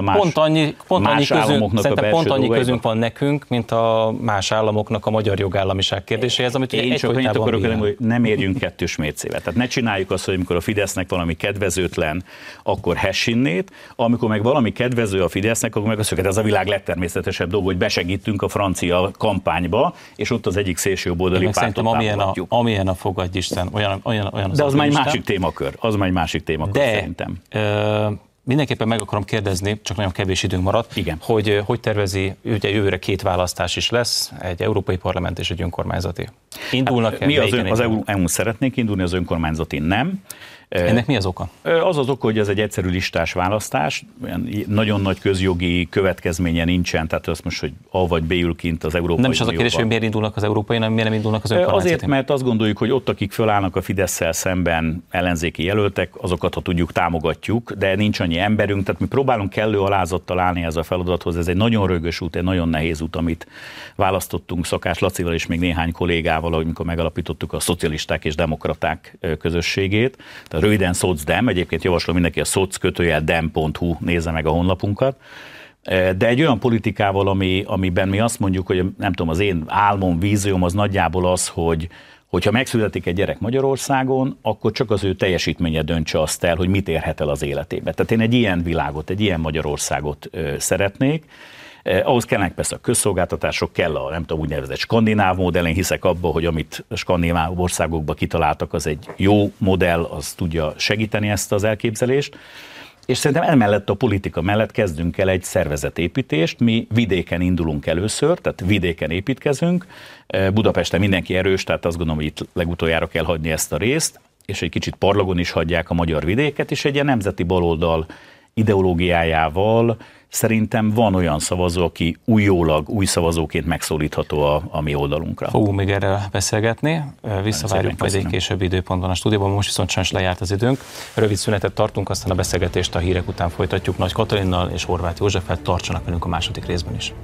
más államoknak a belső pont annyi közünk van nekünk, mint a más államoknak a magyar jogállamiság kérdéséhez, amit én csak annyit akarok elmondani, hogy nem érjünk kettős mércével. Tehát ne csináljuk azt, hogy amikor a Fidesznek valami kedvezőtlen, akkor hessinnét, amikor meg valami kedvező a Fidesznek, akkor meg azt mondjuk, ez a világ legtermészetesebb dolog, hogy besegítünk a francia kampányba, és ott az egyik szélsőjobboldali pártot támogatjuk. Amilyen a fogadj Isten, olyan de az már egy másik témakör. Szerintem. Mindenképpen meg akarom kérdezni, csak nagyon kevés időnk maradt, igen. Hogy tervezi, ugye jövőre 2 választás is lesz, egy európai parlament és egy önkormányzati. Indulnak mi az EU-n szeretnénk indulni, az önkormányzati nem. Ennek mi az oka? Az az oka, hogy ez egy egyszerű listás választás, nagyon nagy közjogi következménye nincsen, tehát az most, hogy A vagy B ül kint az Európai Nem is az a kérdés, hogy miért indulnak az európai, hanem miért nem indulnak az önkormányzati. Azért, mert azt gondoljuk, hogy ott, akik fölállnak a Fidesszel szemben ellenzéki jelöltek, azokat, ha tudjuk, támogatjuk, de nincs annyi emberünk, tehát mi próbálunk kellő alázattal állni ez a feladathoz. Ez egy nagyon rögös út, egy nagyon nehéz út, amit választottunk Szakás Lacival és még néhány kollégával, amikor megalapítottuk a szocialisták és demokraták közösségét. Röviden SocDem, egyébként javaslom mindenki a soc-dem.hu nézze meg a honlapunkat, de egy olyan politikával, amiben mi azt mondjuk, hogy nem tudom, az én álmom, vízióm az nagyjából az, hogyha megszületik egy gyerek Magyarországon, akkor csak az ő teljesítménye döntse azt el, hogy mit érhet el az életébe. Tehát én egy ilyen világot, egy ilyen Magyarországot szeretnék. Ahhoz kellnek persze a közszolgáltatások, kell a nem tudom, úgynevezett skandináv modell, én hiszek abba, hogy amit a skandináv országokban kitaláltak, az egy jó modell, az tudja segíteni ezt az elképzelést. És szerintem emellett a politika mellett kezdünk el egy szervezetépítést, mi vidéken indulunk először, tehát vidéken építkezünk, Budapesten mindenki erős, tehát azt gondolom, hogy itt legutoljára kell hagyni ezt a részt, és egy kicsit parlagon is hagyják a magyar vidéket, és egy ilyen nemzeti baloldal ideológiájával szerintem van olyan szavazó, aki új szavazóként megszólítható a mi oldalunkra. Fogunk még erről beszélgetni, visszavárjuk majd egy későbbi időpontban a stúdióban, most viszont sajnos lejárt az időnk. Rövid szünetet tartunk, aztán a beszélgetést a hírek után folytatjuk Nagy Katalinnal és Horváth Józseffel, tartsanak velünk a második részben is.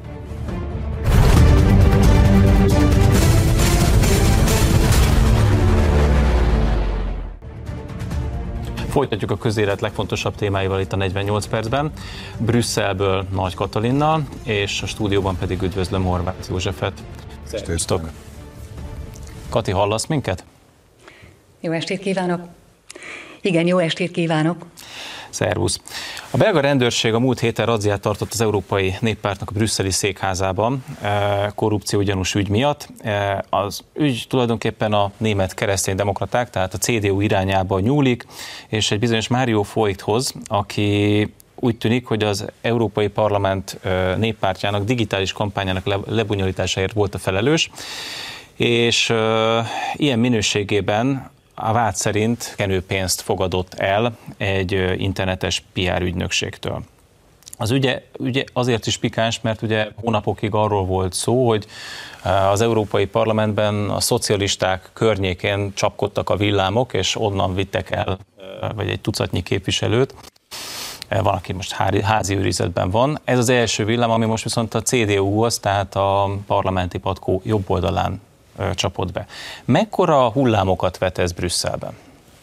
Folytatjuk a közélet legfontosabb témáival itt a 48 percben. Brüsszelből Nagy Katalinnal, és a stúdióban pedig üdvözlöm Horváth Józsefet. Szervusztok! Kati, hallasz minket? Jó estét kívánok! Igen, jó estét kívánok! Szervusz! A belga rendőrség a múlt héten razziát tartott az Európai Néppártnak a brüsszeli székházában korrupciógyanús ügy miatt. Az ügy tulajdonképpen a német kereszténydemokraták, tehát a CDU irányába nyúlik, és egy bizonyos Mário Voigthoz, aki úgy tűnik, hogy az Európai Parlament néppártjának digitális kampányának lebonyolításáért volt a felelős, és ilyen minőségében a vád szerint kenőpénzt fogadott el egy internetes PR ügynökségtől. Az ügye azért is pikáns, mert ugye hónapokig arról volt szó, hogy az Európai Parlamentben a szocialisták környékén csapkodtak a villámok, és onnan vittek el vagy egy tucatnyi képviselőt. Van, aki most házi őrizetben van. Ez az első villám, ami most viszont a CDU-hoz, tehát a parlamenti patkó jobb oldalán csapott be. Mekkora hullámokat vet ez Brüsszelben?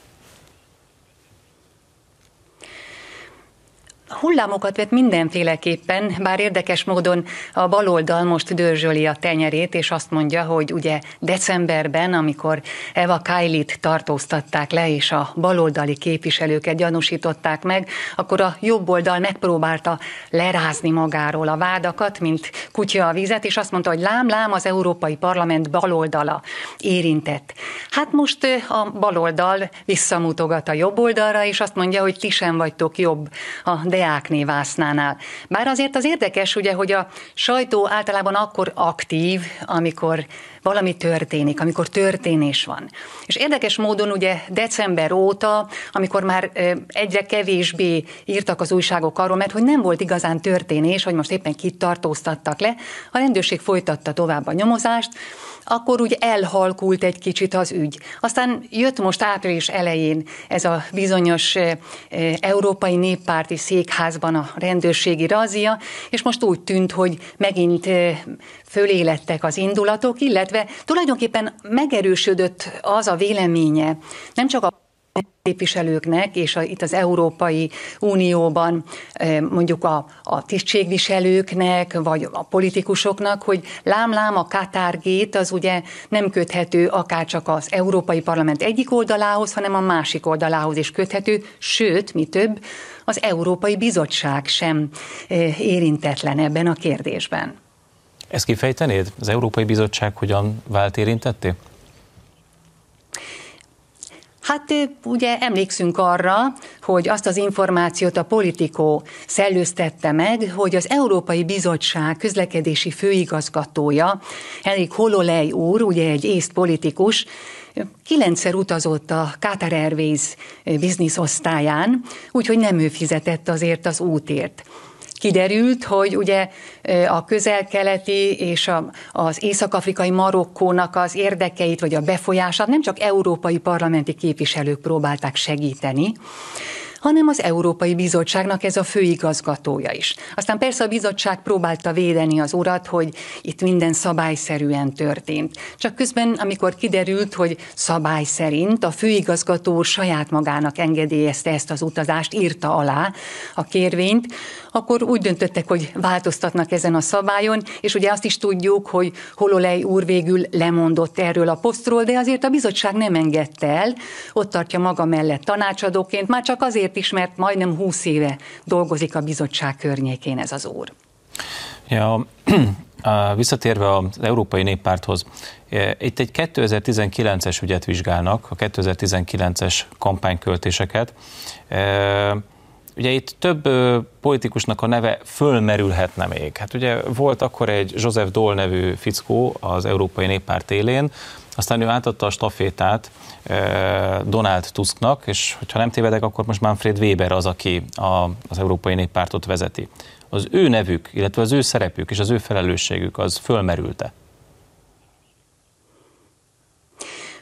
Hullámokat vet mindenféleképpen, bár érdekes módon a baloldal most dörzsöli a tenyerét, és azt mondja, hogy ugye decemberben, amikor Eva Kailit tartóztatták le, és a baloldali képviselőket gyanúsították meg, akkor a jobb oldal megpróbálta lerázni magáról a vádakat, mint kutya a vizet, és azt mondta, hogy lám, az Európai Parlament baloldala érintett. Hát most a baloldal visszamutogat a jobb oldalra, és azt mondja, hogy ti sem vagytok jobb a Deákné Vásznánál. Bár azért az érdekes, ugye, hogy a sajtó általában akkor aktív, amikor valami történik, amikor történés van. És érdekes módon ugye december óta, amikor már egyre kevésbé írtak az újságok arról, mert hogy nem volt igazán történés, hogy most éppen kit tartóztattak le, a rendőrség folytatta tovább a nyomozást, akkor úgy elhalkult egy kicsit az ügy. Aztán jött most április elején ez a bizonyos Európai Néppárti Székházban a rendőrségi razzia, és most úgy tűnt, hogy megint fölélettek az indulatok, illetve tulajdonképpen megerősödött az a véleménye, nem csak a képviselőknek, és itt az Európai Unióban mondjuk a tisztségviselőknek, vagy a politikusoknak, hogy lám a Katar-gate az ugye nem köthető akárcsak az Európai Parlament egyik oldalához, hanem a másik oldalához is köthető, sőt, mi több, az Európai Bizottság sem érintetlen ebben a kérdésben. Ezt kifejtenéd? Az Európai Bizottság hogyan vált érintetté? Hát ugye emlékszünk arra, hogy azt az információt a Politico szellőztette meg, hogy az Európai Bizottság közlekedési főigazgatója, Henrik Hololej úr, ugye egy észt politikus, 9-szer utazott a Qatar Airways business osztályán, úgyhogy nem ő fizetett azért az útért. Kiderült, hogy ugye a közel-keleti és az észak-afrikai Marokkónak az érdekeit, vagy a befolyását nem csak európai parlamenti képviselők próbálták segíteni, hanem az Európai Bizottságnak ez a főigazgatója is. Aztán persze a bizottság próbálta védeni az urat, hogy itt minden szabályszerűen történt. Csak közben, amikor kiderült, hogy szabály szerint a főigazgató saját magának engedélyezte ezt az utazást, írta alá a kérvényt, akkor úgy döntöttek, hogy változtatnak ezen a szabályon, és ugye azt is tudjuk, hogy Hololej úr végül lemondott erről a posztról, de azért a bizottság nem engedte el, ott tartja maga mellett tanácsadóként, már csak azért is, mert majdnem 20 éve dolgozik a bizottság környékén ez az úr. Ja, visszatérve az Európai Néppárthoz, itt egy 2019-es ügyet vizsgálnak, a 2019-es kampányköltéseket. Ugye itt több politikusnak a neve fölmerülhetne még. Hát ugye volt akkor egy Joseph Daul nevű fickó az Európai Néppárt élén, aztán ő átadta a stafétát Donald Tusknak, és hogyha nem tévedek, akkor most Manfred Weber az, aki az Európai Néppártot vezeti. Az ő nevük, illetve az ő szerepük és az ő felelősségük az fölmerült-e?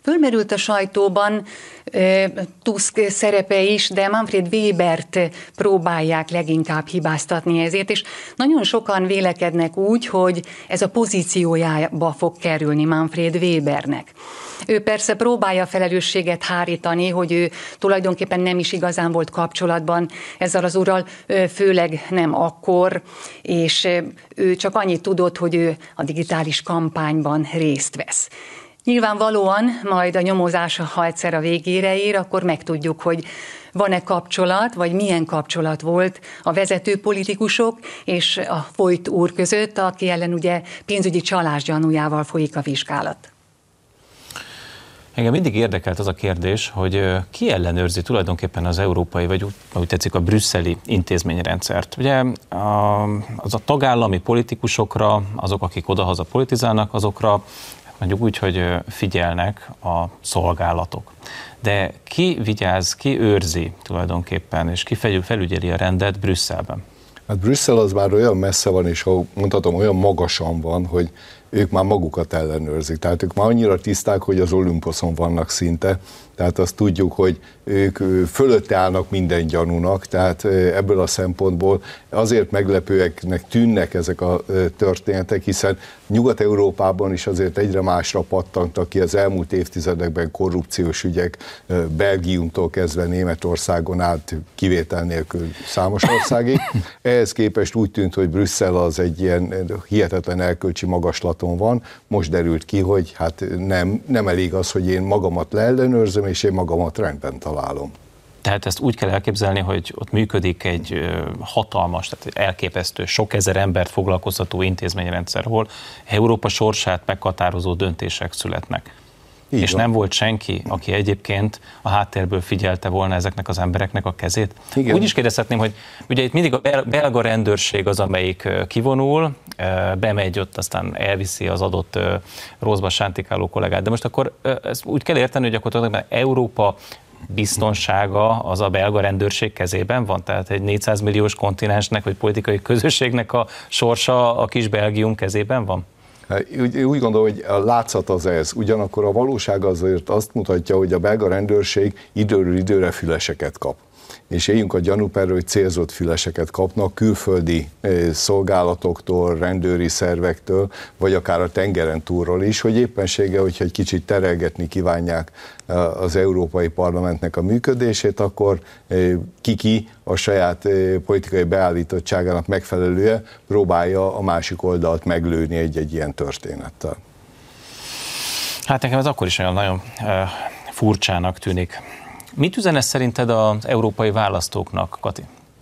Fölmerült a sajtóban Tusk szerepe is, de Manfred Webert próbálják leginkább hibáztatni ezért, és nagyon sokan vélekednek úgy, hogy ez a pozíciójába fog kerülni Manfred Webernek. Ő persze próbálja felelősséget hárítani, hogy ő tulajdonképpen nem is igazán volt kapcsolatban ezzel az úrral, főleg nem akkor, és ő csak annyit tudott, hogy ő a digitális kampányban részt vesz. Nyilvánvalóan majd a nyomozás, ha egyszer a végére ér, akkor megtudjuk, hogy van-e kapcsolat, vagy milyen kapcsolat volt a vezető politikusok és a Voigt úr között, aki ellen ugye pénzügyi csalás gyanújával folyik a vizsgálat. Engem mindig érdekelt az a kérdés, hogy ki ellenőrzi tulajdonképpen az európai, vagy úgy tetszik a brüsszeli intézményrendszert. Ugye az a tagállami politikusokra, azok, akik odahaza politizálnak, azokra mondjuk úgy, hogy figyelnek a szolgálatok. De ki vigyáz, ki őrzi tulajdonképpen, és ki felügyeli a rendet Brüsszelben? Hát Brüsszel az már olyan messze van, és mondhatom, olyan magasan van, hogy ők már magukat ellenőrzik. Tehát ők már annyira tiszták, hogy az Olimposzon vannak szinte. Tehát azt tudjuk, hogy ők fölötte állnak minden gyanúnak, tehát ebből a szempontból azért meglepőeknek tűnnek ezek a történetek, hiszen Nyugat-Európában is azért egyre másra pattantak ki az elmúlt évtizedekben korrupciós ügyek, Belgiumtól kezdve Németországon át kivétel nélkül számos országig. Ehhez képest úgy tűnt, hogy Brüsszel az egy ilyen hihetetlen erkölcsi magaslaton van. Most derült ki, hogy hát nem elég az, hogy én magamat leellenőrzöm, és én magamat rendben találom. Tehát ezt úgy kell elképzelni, hogy ott működik egy hatalmas, tehát elképesztő, sok ezer embert foglalkoztató intézményrendszer, ahol Európa sorsát meghatározó döntések születnek. Így és van. Nem volt senki, aki egyébként a háttérből figyelte volna ezeknek az embereknek a kezét. Igen. Úgy is kérdezhetném, hogy ugye itt mindig a belga rendőrség az, amelyik kivonul, bemegy ott, aztán elviszi az adott rosszba sántikáló kollégát. De most akkor ezt úgy kell érteni, hogy akkor tulajdonképpen Európa biztonsága az a belga rendőrség kezében van? Tehát egy 400 milliós kontinensnek, vagy politikai közösségnek a sorsa a kis Belgium kezében van? Úgy gondolom, hogy a látszat az ez. Ugyanakkor a valóság azért azt mutatja, hogy a belga rendőrség időről időre füleseket kap. És éljünk a gyanúperről, hogy célzott füleseket kapnak külföldi szolgálatoktól, rendőri szervektől, vagy akár a tengeren túlról is, hogy éppenséggel, hogyha egy kicsit terelgetni kívánják az Európai Parlamentnek a működését, akkor ki a saját politikai beállítottságának megfelelően próbálja a másik oldalt meglőni egy ilyen történettel. Hát nekem ez akkor is nagyon furcsának tűnik. Mit üzen ez szerinted az európai választóknak, Kati?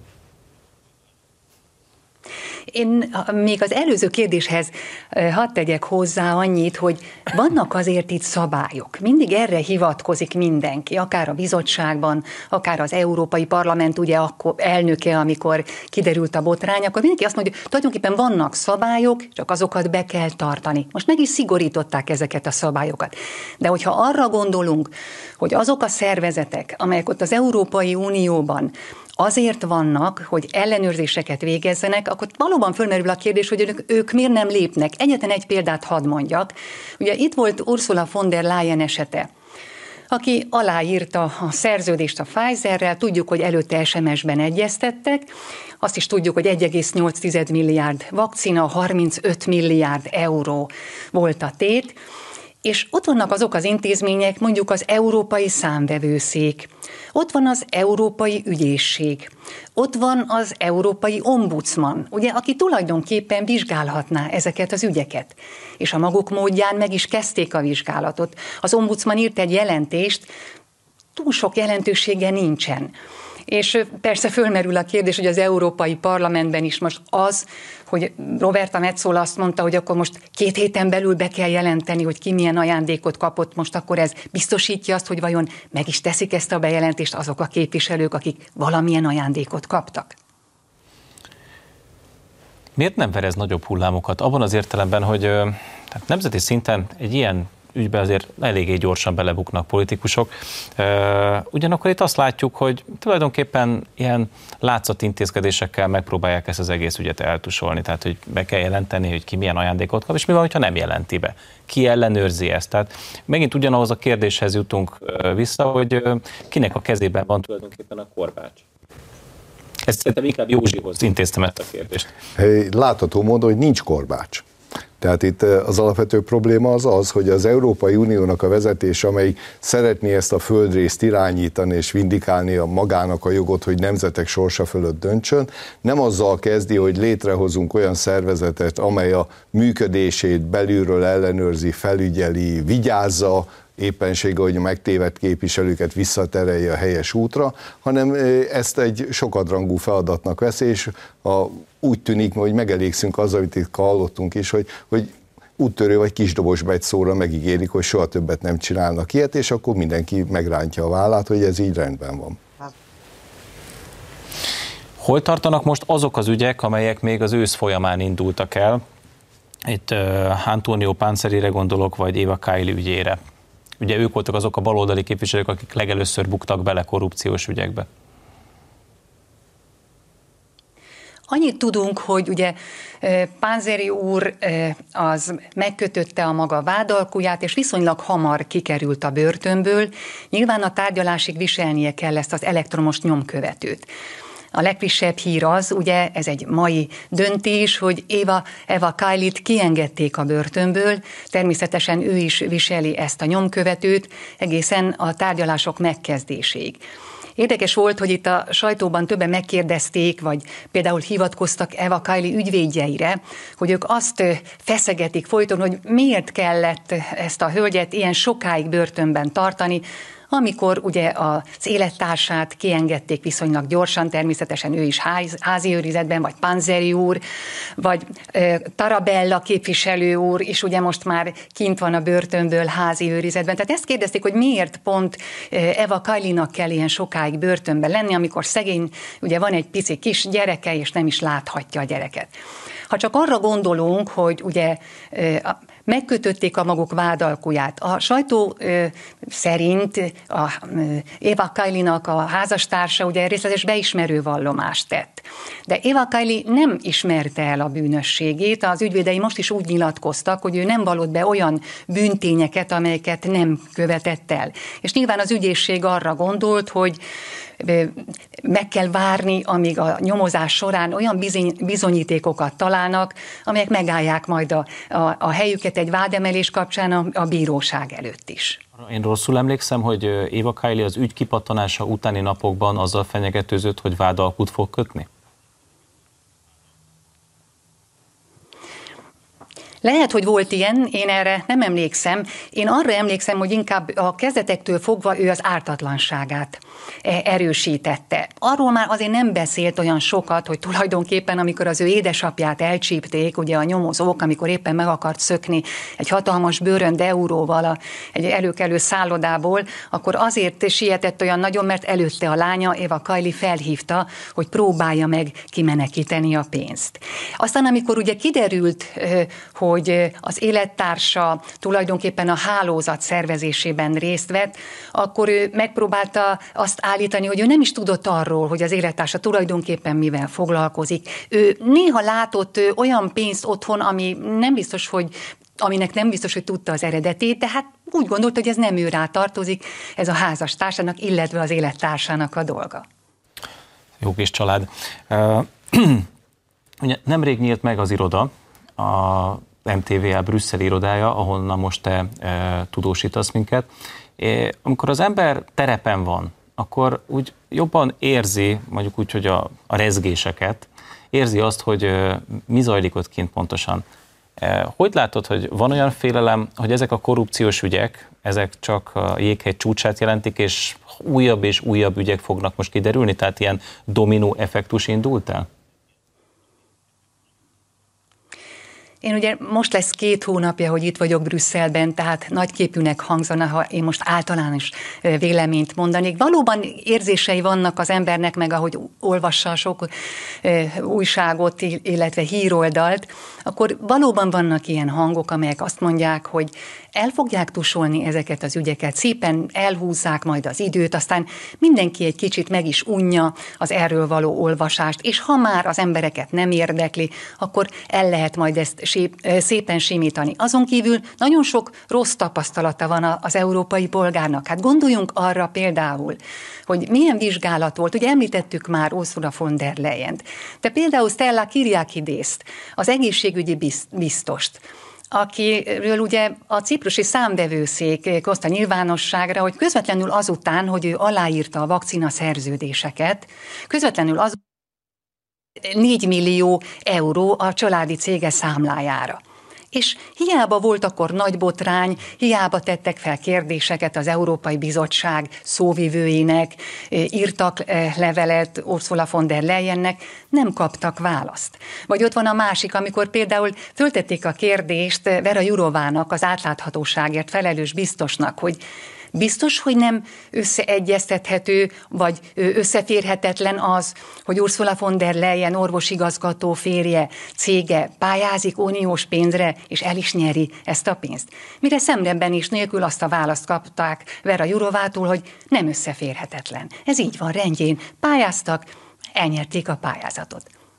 Én még az előző kérdéshez hadd tegyek hozzá annyit, hogy vannak azért itt szabályok. Mindig erre hivatkozik mindenki, akár a bizottságban, akár az Európai Parlament ugye akkor elnöke, amikor kiderült a botrány, akkor mindenki azt mondja, hogy tulajdonképpen vannak szabályok, csak azokat be kell tartani. Most meg is szigorították ezeket a szabályokat. De hogyha arra gondolunk, hogy azok a szervezetek, amelyek ott az Európai Unióban azért vannak, hogy ellenőrzéseket végezzenek, akkor valóban fölmerül a kérdés, hogy ők miért nem lépnek. Egyetlen egy példát hadd mondjak. Ugye itt volt Ursula von der Leyen esete, aki aláírta a szerződést a Pfizerrel, tudjuk, hogy előtte SMS-ben egyeztettek, azt is tudjuk, hogy 1,8 milliárd vakcina, 35 milliárd euró volt a tét, és ott vannak azok az intézmények, mondjuk az Európai Számvevőszék, ott van az Európai Ügyészség, ott van az Európai Ombudsman, ugye, aki tulajdonképpen vizsgálhatná ezeket az ügyeket. És a maguk módján meg is kezdték a vizsgálatot. Az Ombudsman írt egy jelentést, túl sok jelentősége nincsen. És persze fölmerül a kérdés, hogy az Európai Parlamentben is most az, hogy Roberta Metsola azt mondta, hogy akkor most 2 héten belül be kell jelenteni, hogy ki milyen ajándékot kapott, most akkor ez biztosítja azt, hogy vajon meg is teszik ezt a bejelentést azok a képviselők, akik valamilyen ajándékot kaptak. Miért nem verez nagyobb hullámokat? Abban az értelemben, hogy tehát nemzeti szinten egy ilyen ügybe azért eléggé gyorsan belebuknak politikusok. Ugyanakkor itt azt látjuk, hogy tulajdonképpen ilyen látszatintézkedésekkel megpróbálják ezt az egész ügyet eltusolni, tehát hogy be kell jelenteni, hogy ki milyen ajándékot kap, és mi van, hogyha nem jelenti be? Ki ellenőrzi ezt? Tehát megint ugyanahoz a kérdéshez jutunk vissza, hogy kinek a kezében van tulajdonképpen a korbács. Ezt szerintem inkább Józsihoz intéztem ezt a kérdést. Látható módon, hogy nincs korbács. Tehát itt az alapvető probléma az, hogy az Európai Uniónak a vezetés, amely szeretné ezt a földrészt irányítani és vindikálni a magának a jogot, hogy nemzetek sorsa fölött döntsön, nem azzal kezdi, hogy létrehozunk olyan szervezetet, amely a működését belülről ellenőrzi, felügyeli, vigyázza, éppensége, hogy a megtévedt képviselőket visszaterelje a helyes útra, hanem ezt egy sokadrangú feladatnak veszi, és úgy tűnik, hogy megelégszünk azzal, amit itt hallottunk is, hogy úttörő vagy kisdobosba egy szóra megígérik, hogy soha többet nem csinálnak ilyet, és akkor mindenki megrántja a vállát, hogy ez így rendben van. Hol tartanak most azok az ügyek, amelyek még az ősz folyamán indultak el? Itt Antonio Panzerire gondolok, vagy Eva Kaili ügyére. Ugye ők voltak azok a baloldali képviselők, akik legelőször buktak bele korrupciós ügyekbe. Annyit tudunk, hogy ugye Panzeri úr az megkötötte a maga vádalkuját, és viszonylag hamar kikerült a börtönből. Nyilván a tárgyalásig viselnie kell ezt az elektromos nyomkövetőt. A legfrissebb hír az, ugye ez egy mai döntés, hogy Eva Kailit kiengedték a börtönből, természetesen ő is viseli ezt a nyomkövetőt egészen a tárgyalások megkezdéséig. Érdekes volt, hogy itt a sajtóban többen megkérdezték, vagy például hivatkoztak Eva Kaili ügyvédjeire, hogy ők azt feszegetik folyton, hogy miért kellett ezt a hölgyet ilyen sokáig börtönben tartani, amikor ugye az élettársát kiengedték viszonylag gyorsan, természetesen ő is házi őrizetben, vagy Panzeri úr, vagy Tarabella képviselő úr is ugye most már kint van a börtönből házi őrizetben. Tehát ezt kérdezték, hogy miért pont Eva Kailinak kell ilyen sokáig börtönben lenni, amikor szegény, ugye van egy pici kis gyereke, és nem is láthatja a gyereket. Ha csak arra gondolunk, hogy ugye megkötötték a maguk vádalkuját. A sajtó szerint Eva Kailinak a házastársa ugye részletes beismerő vallomást tett. De Eva Kaili nem ismerte el a bűnösségét, az ügyvédei most is úgy nyilatkoztak, hogy ő nem vallott be olyan bűntényeket, amelyeket nem követett el. És nyilván az ügyészség arra gondolt, hogy meg kell várni, amíg a nyomozás során olyan bizonyítékokat találnak, amelyek megállják majd a helyüket egy vádemelés kapcsán a bíróság előtt is. Én rosszul emlékszem, hogy Eva Kaili az ügy kipattanása utáni napokban azzal fenyegetőzött, hogy vádalkut fog kötni? Lehet, hogy volt ilyen, én erre nem emlékszem. Én arra emlékszem, hogy inkább a kezdetektől fogva ő az ártatlanságát erősítette. Arról már azért nem beszélt olyan sokat, hogy tulajdonképpen amikor az ő édesapját elcsípték, ugye a nyomozók, amikor éppen meg akart szökni egy hatalmas bőrönd euróval egy előkelő szállodából, akkor azért sietett olyan nagyon, mert előtte a lánya, Eva Kaili felhívta, hogy próbálja meg kimenekíteni a pénzt. Aztán amikor ugye kiderült, hogy az élettársa tulajdonképpen a hálózat szervezésében részt vett, akkor ő megpróbálta azt állítani, hogy ő nem is tudott arról, hogy az élettársa tulajdonképpen mivel foglalkozik. Ő néha látott olyan pénzt otthon, aminek nem biztos, hogy tudta az eredetét, tehát úgy gondolt, hogy ez nem ő rá tartozik, ez a házastársának, illetve az élettársának a dolga. Jó kis család. Ugye nemrég nyílt meg az iroda, a MTVA brüsszeli irodája, ahonnan most te tudósítasz minket. Amikor az ember terepen van, akkor úgy jobban érzi, mondjuk úgy, hogy a rezgéseket, érzi azt, hogy mi zajlik ott kint pontosan. Hogy látod, hogy van olyan félelem, hogy ezek a korrupciós ügyek, ezek csak a jéghegy csúcsát jelentik, és újabb ügyek fognak most kiderülni? Tehát ilyen dominó effektus indult el? Én ugye most lesz 2 hónapja, hogy itt vagyok Brüsszelben, tehát nagyképűnek hangzana, ha én most általános véleményt mondanék. Valóban érzései vannak az embernek, meg ahogy olvassa sok újságot, illetve híroldalt, akkor valóban vannak ilyen hangok, amelyek azt mondják, hogy el fogják tusolni ezeket az ügyeket, szépen elhúzzák majd az időt, aztán mindenki egy kicsit meg is unja az erről való olvasást, és ha már az embereket nem érdekli, akkor el lehet majd ezt szépen simítani. Azon kívül nagyon sok rossz tapasztalata van az európai polgárnak. Hát gondoljunk arra például, hogy milyen vizsgálat volt. Ugye említettük már Ursula von der Leyent, de például Stella Kyriakidést, az egészségügyi biztost, akiről ugye a ciprusi számvevőszék hozta nyilvánosságra, hogy közvetlenül azután, hogy ő aláírta a vakcina szerződéseket, közvetlenül az 4 millió euró a családi cége számlájára. És hiába volt akkor nagy botrány, hiába tettek fel kérdéseket az Európai Bizottság szóvivőinek, írtak levelet Ursula von der Leyennek, nem kaptak választ. Vagy ott van a másik, amikor például föltették a kérdést Vera Jourovának, az átláthatóságért felelős biztosnak, hogy biztos, hogy nem összeegyeztethető, vagy összeférhetetlen az, hogy Ursula von der Leyen orvosigazgató férje, cége pályázik uniós pénzre, és el is nyeri ezt a pénzt. Mire szemrebben is nélkül azt a választ kapták Vera Jourovától, hogy nem összeférhetetlen. Ez így van, rendjén. Pályáztak, elnyerték a pályázatot.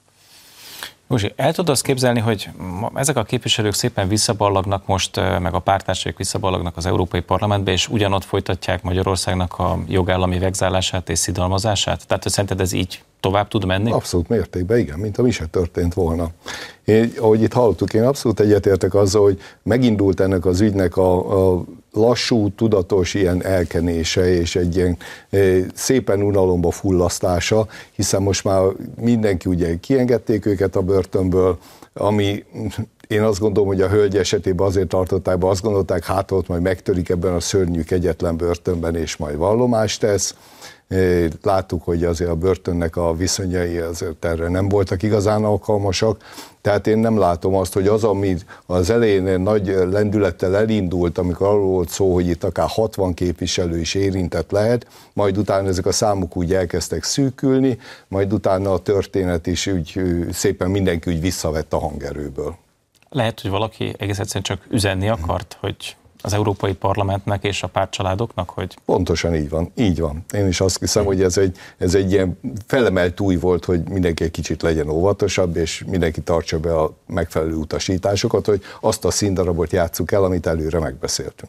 Józsi, el tudod azt képzelni, hogy ezek a képviselők szépen visszaballagnak most, meg a párttársaik visszaballagnak az Európai Parlamentbe, és ugyanott folytatják Magyarországnak a jogállami vegzálását és szidalmazását? Tehát szerinted ez így tovább tud menni? Abszolút mértékben, igen, mint ami se történt volna. Ahogy itt hallottuk, én abszolút egyetértek azzal, hogy megindult ennek az ügynek a lassú, tudatos ilyen elkenése és egy ilyen szépen unalomba fullasztása, hiszen most már mindenki ugye kiengedték őket a börtönből, ami én azt gondolom, hogy a hölgy esetében azért tartották be, azt gondolták, hát ott majd megtörik ebben a szörnyű kegyetlen börtönben, és majd vallomást tesz. Láttuk, hogy azért a börtönnek a viszonyai azért erre nem voltak igazán alkalmasak, tehát én nem látom azt, hogy az, ami az elején nagy lendülettel elindult, amikor arról volt szó, hogy itt akár 60 képviselő is érintett lehet, majd utána ezek a számok úgy elkezdtek szűkülni, majd utána a történet is úgy szépen mindenki úgy visszavett a hangerőből. Lehet, hogy valaki egész egyszerűen csak üzenni akart, hogy az Európai Parlamentnek és a pártcsaládoknak, hogy... Pontosan így van. Én is azt hiszem, hogy ez egy ilyen felemelt új volt, hogy mindenki egy kicsit legyen óvatosabb, és mindenki tartsa be a megfelelő utasításokat, hogy azt a színdarabot játsszuk el, amit előre megbeszéltünk.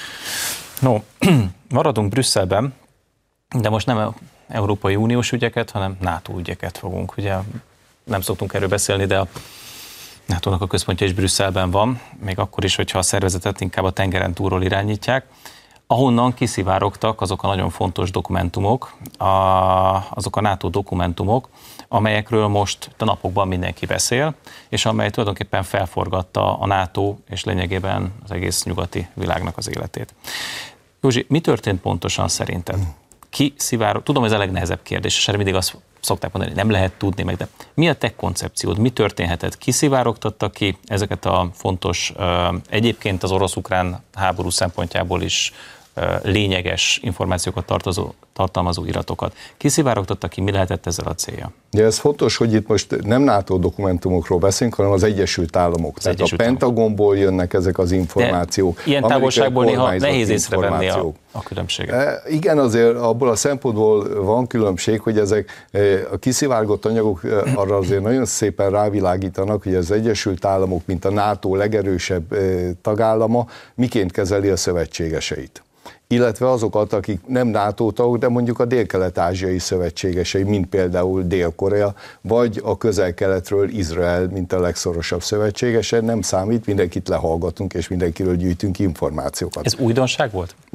No, maradunk Brüsszelben, de most nem Európai Uniós ügyeket, hanem NATO ügyeket fogunk. Ugye nem szoktunk erről beszélni, de a NATO-nak a központja is Brüsszelben van, még akkor is, hogyha a szervezetet inkább a tengeren túlról irányítják, ahonnan kiszivárogtak azok a nagyon fontos dokumentumok, azok a NATO dokumentumok, amelyekről most a napokban mindenki beszél, és amely tulajdonképpen felforgatta a NATO és lényegében az egész nyugati világnak az életét. Józsi, mi történt pontosan szerinted? Tudom, ez a legnehezebb kérdés, és erre mindig azt szokták mondani, hogy nem lehet tudni meg, de mi a te koncepciód, mi történhetett? Kiszivárogtatta ki ezeket a fontos, egyébként az orosz-ukrán háború szempontjából is lényeges információkat tartalmazó iratokat? Kiszivárogtatta ki, mi lehetett ezzel a célja? Ja, ez fontos, hogy itt most nem NATO dokumentumokról beszélünk, hanem az Egyesült Államok. Tehát a Pentagonból jönnek ezek az információk. De ilyen távolságból néha nehéz észrevenni a különbséget. Igen, azért abból a szempontból van különbség, hogy ezek a kiszivárgott anyagok arra azért nagyon szépen rávilágítanak, hogy az Egyesült Államok, mint a NATO legerősebb tagállama, miként kezeli a szövetségeseit. Illetve azokat, akik nem NATO tagok, de mondjuk a dél-kelet-ázsiai szövetségesei, mint például Dél-Korea, vagy a közel-keletről Izrael, mint a legszorosabb szövetségese, nem számít, mindenkit lehallgatunk, és mindenkiről gyűjtünk információkat. Ez újdonság volt? Nem.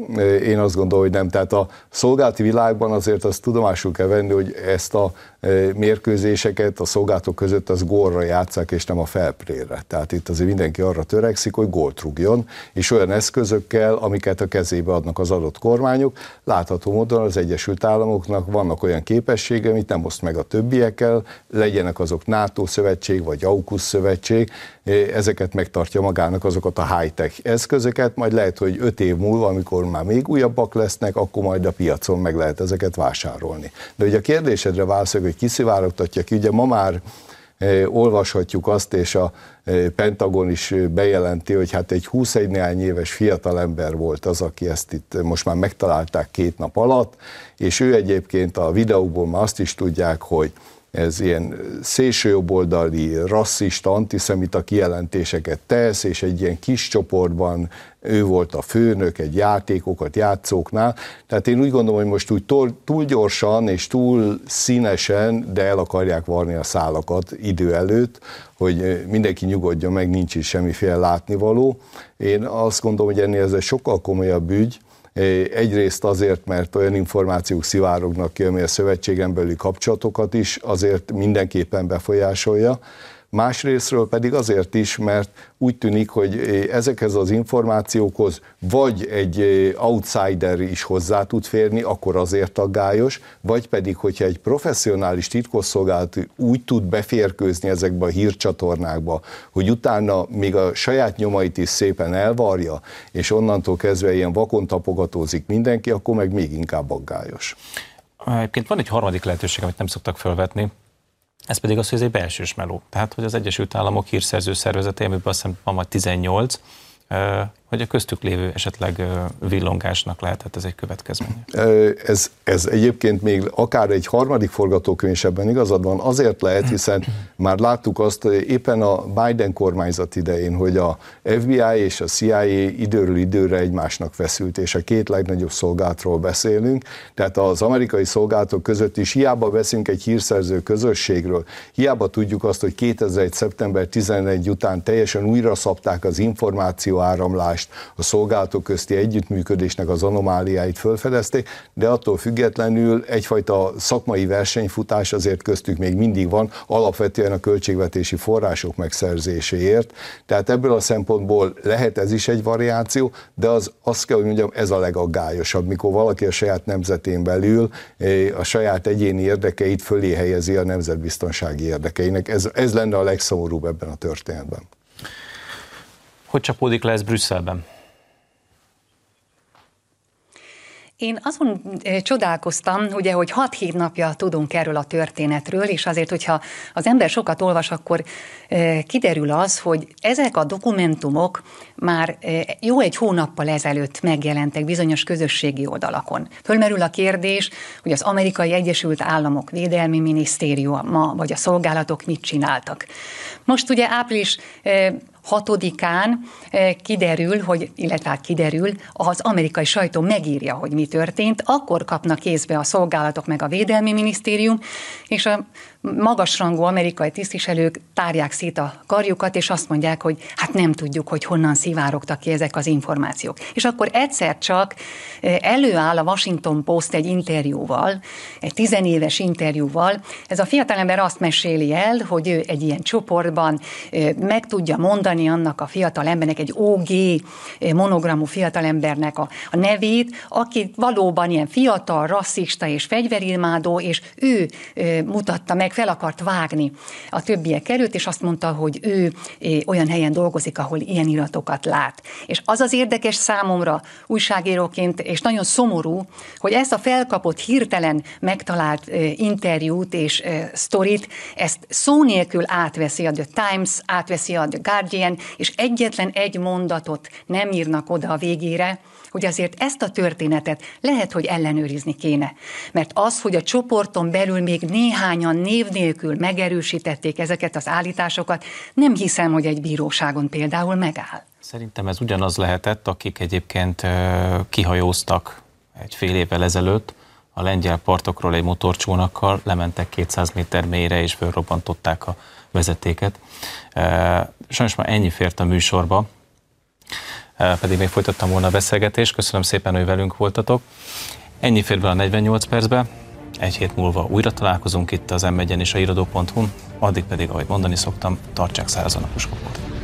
Én azt gondolom, hogy nem. Tehát a szolgálati világban azért azt tudomásul kell venni, hogy ezt a mérkőzéseket a szolgálatok között az gólra játsszák, és nem a fair play-re. Tehát itt azért mindenki arra törekszik, hogy gólt rúgjon, és olyan eszközökkel, amiket a kezébe adnak az adott kormányok. Látható módon az Egyesült Államoknak vannak olyan képessége, amit nem oszt meg a többiekkel, legyenek azok NATO szövetség, vagy AUKUS szövetség, ezeket megtartja magának azokat a high-tech eszközöket, majd lehet, hogy 5 év múlva, amikor már még újabbak lesznek, akkor majd a piacon meg lehet ezeket vásárolni. De ugye a kérdésedre válaszolok, hogy kiszivárogtatja ki, ugye ma már olvashatjuk azt, és a Pentagon is bejelenti, hogy hát egy 21 néhány éves fiatalember volt az, aki ezt itt most már megtalálták 2 nap alatt, és ő egyébként a videóból már azt is tudják, hogy ez ilyen szélsőjobboldali, rasszista, antiszemita kijelentéseket tesz, és egy ilyen kis csoportban ő volt a főnök egy játékokat játszóknál. Tehát én úgy gondolom, hogy most úgy túl gyorsan és túl színesen, de el akarják varni a szálakat idő előtt, hogy mindenki nyugodjon meg, nincs is semmiféle látnivaló. Én azt gondolom, hogy ennél ez egy sokkal komolyabb ügy. Egyrészt azért, mert olyan információk szivárognak ki, ami a szövetségen belüli kapcsolatokat is azért mindenképpen befolyásolja. Másrésztről pedig azért is, mert úgy tűnik, hogy ezekhez az információkhoz vagy egy outsider is hozzá tud férni, akkor azért aggályos, vagy pedig, hogyha egy professzionális titkosszolgálat úgy tud beférkőzni ezekbe a hírcsatornákba, hogy utána még a saját nyomait is szépen elvarja, és onnantól kezdve ilyen vakon tapogatózik mindenki, akkor meg még inkább aggályos. Egyébként van egy harmadik lehetőség, amit nem szoktak felvetni, ez pedig az, hogy ez egy belsős meló. Tehát, hogy az Egyesült Államok hírszerző szervezete, amiből azt hiszem van majd 18, hogy a köztük lévő esetleg villongásnak lehetett ez egy következménye. Ez egyébként még akár egy harmadik forgatókönyv is ebben igazad van, azért lehet, hiszen már láttuk azt éppen a Biden kormányzat idején, hogy a FBI és a CIA időről időre egymásnak feszült, és a 2 legnagyobb szolgálatról beszélünk, tehát az amerikai szolgálatok között is hiába beszélünk egy hírszerző közösségről, hiába tudjuk azt, hogy 2001. szeptember 11 után teljesen újra szabták az információáramlást, a szolgálatok közti együttműködésnek az anomáliáit felfedezték, de attól függetlenül egyfajta szakmai versenyfutás azért köztük még mindig van, alapvetően a költségvetési források megszerzéséért. Tehát ebből a szempontból lehet ez is egy variáció, de azt kell, hogy mondjam, ez a legaggályosabb, mikor valaki a saját nemzetén belül a saját egyéni érdekeit fölé helyezi a nemzetbiztonsági érdekeinek. Ez lenne a legszomorúbb ebben a történetben. Hogy csapódik le ez Brüsszelben? Én azon csodálkoztam, ugye, hogy 6 napja tudunk erről a történetről, és azért, hogyha az ember sokat olvas, akkor kiderül az, hogy ezek a dokumentumok már jó 1 hónappal ezelőtt megjelentek bizonyos közösségi oldalakon. Fölmerül a kérdés, hogy az Amerikai Egyesült Államok Védelmi Minisztériuma vagy a szolgálatok mit csináltak. Most ugye április 6-án kiderül, az amerikai sajtó megírja, hogy mi történt, akkor kapnak kézbe a szolgálatok meg a Védelmi Minisztérium, és a magasrangú amerikai tisztviselők tárják szét a karjukat, és azt mondják, hogy hát nem tudjuk, hogy honnan szivárogtak ki ezek az információk. És akkor egyszer csak előáll a Washington Post egy interjúval, egy 10 éves interjúval. Ez a fiatalember azt meséli el, hogy ő egy ilyen csoportban meg tudja mondani annak a fiatalembernek, egy OG monogramú fiatalembernek a nevét, aki valóban ilyen fiatal, rasszista és fegyverimádó, és ő mutatta meg, fel akart vágni a többiek előtt, és azt mondta, hogy ő olyan helyen dolgozik, ahol ilyen iratokat lát. És az az érdekes számomra újságíróként, és nagyon szomorú, hogy ezt a felkapott, hirtelen megtalált interjút és sztorit, ezt szó nélkül átveszi a The Times, átveszi a The Guardian, és egyetlen egy mondatot nem írnak oda a végére, hogy azért ezt a történetet lehet, hogy ellenőrizni kéne. Mert az, hogy a csoporton belül még néhányan név nélkül megerősítették ezeket az állításokat, nem hiszem, hogy egy bíróságon például megáll. Szerintem ez ugyanaz lehetett, akik egyébként kihajóztak egy fél évvel ezelőtt a lengyel partokról egy motorcsónakkal, lementek 200 méter mélyre és fölrobbantották a vezetéket. Sajnos már ennyi fért a műsorba. pedig még folytattam volna a beszélgetést. Köszönöm szépen, hogy velünk voltatok. Ennyi fér bele a 48 percbe. Egy hét múlva újra találkozunk itt az M1-en és a iradó.hu-n. Addig pedig, ahogy mondani szoktam, tartsák szárazon a puskaport.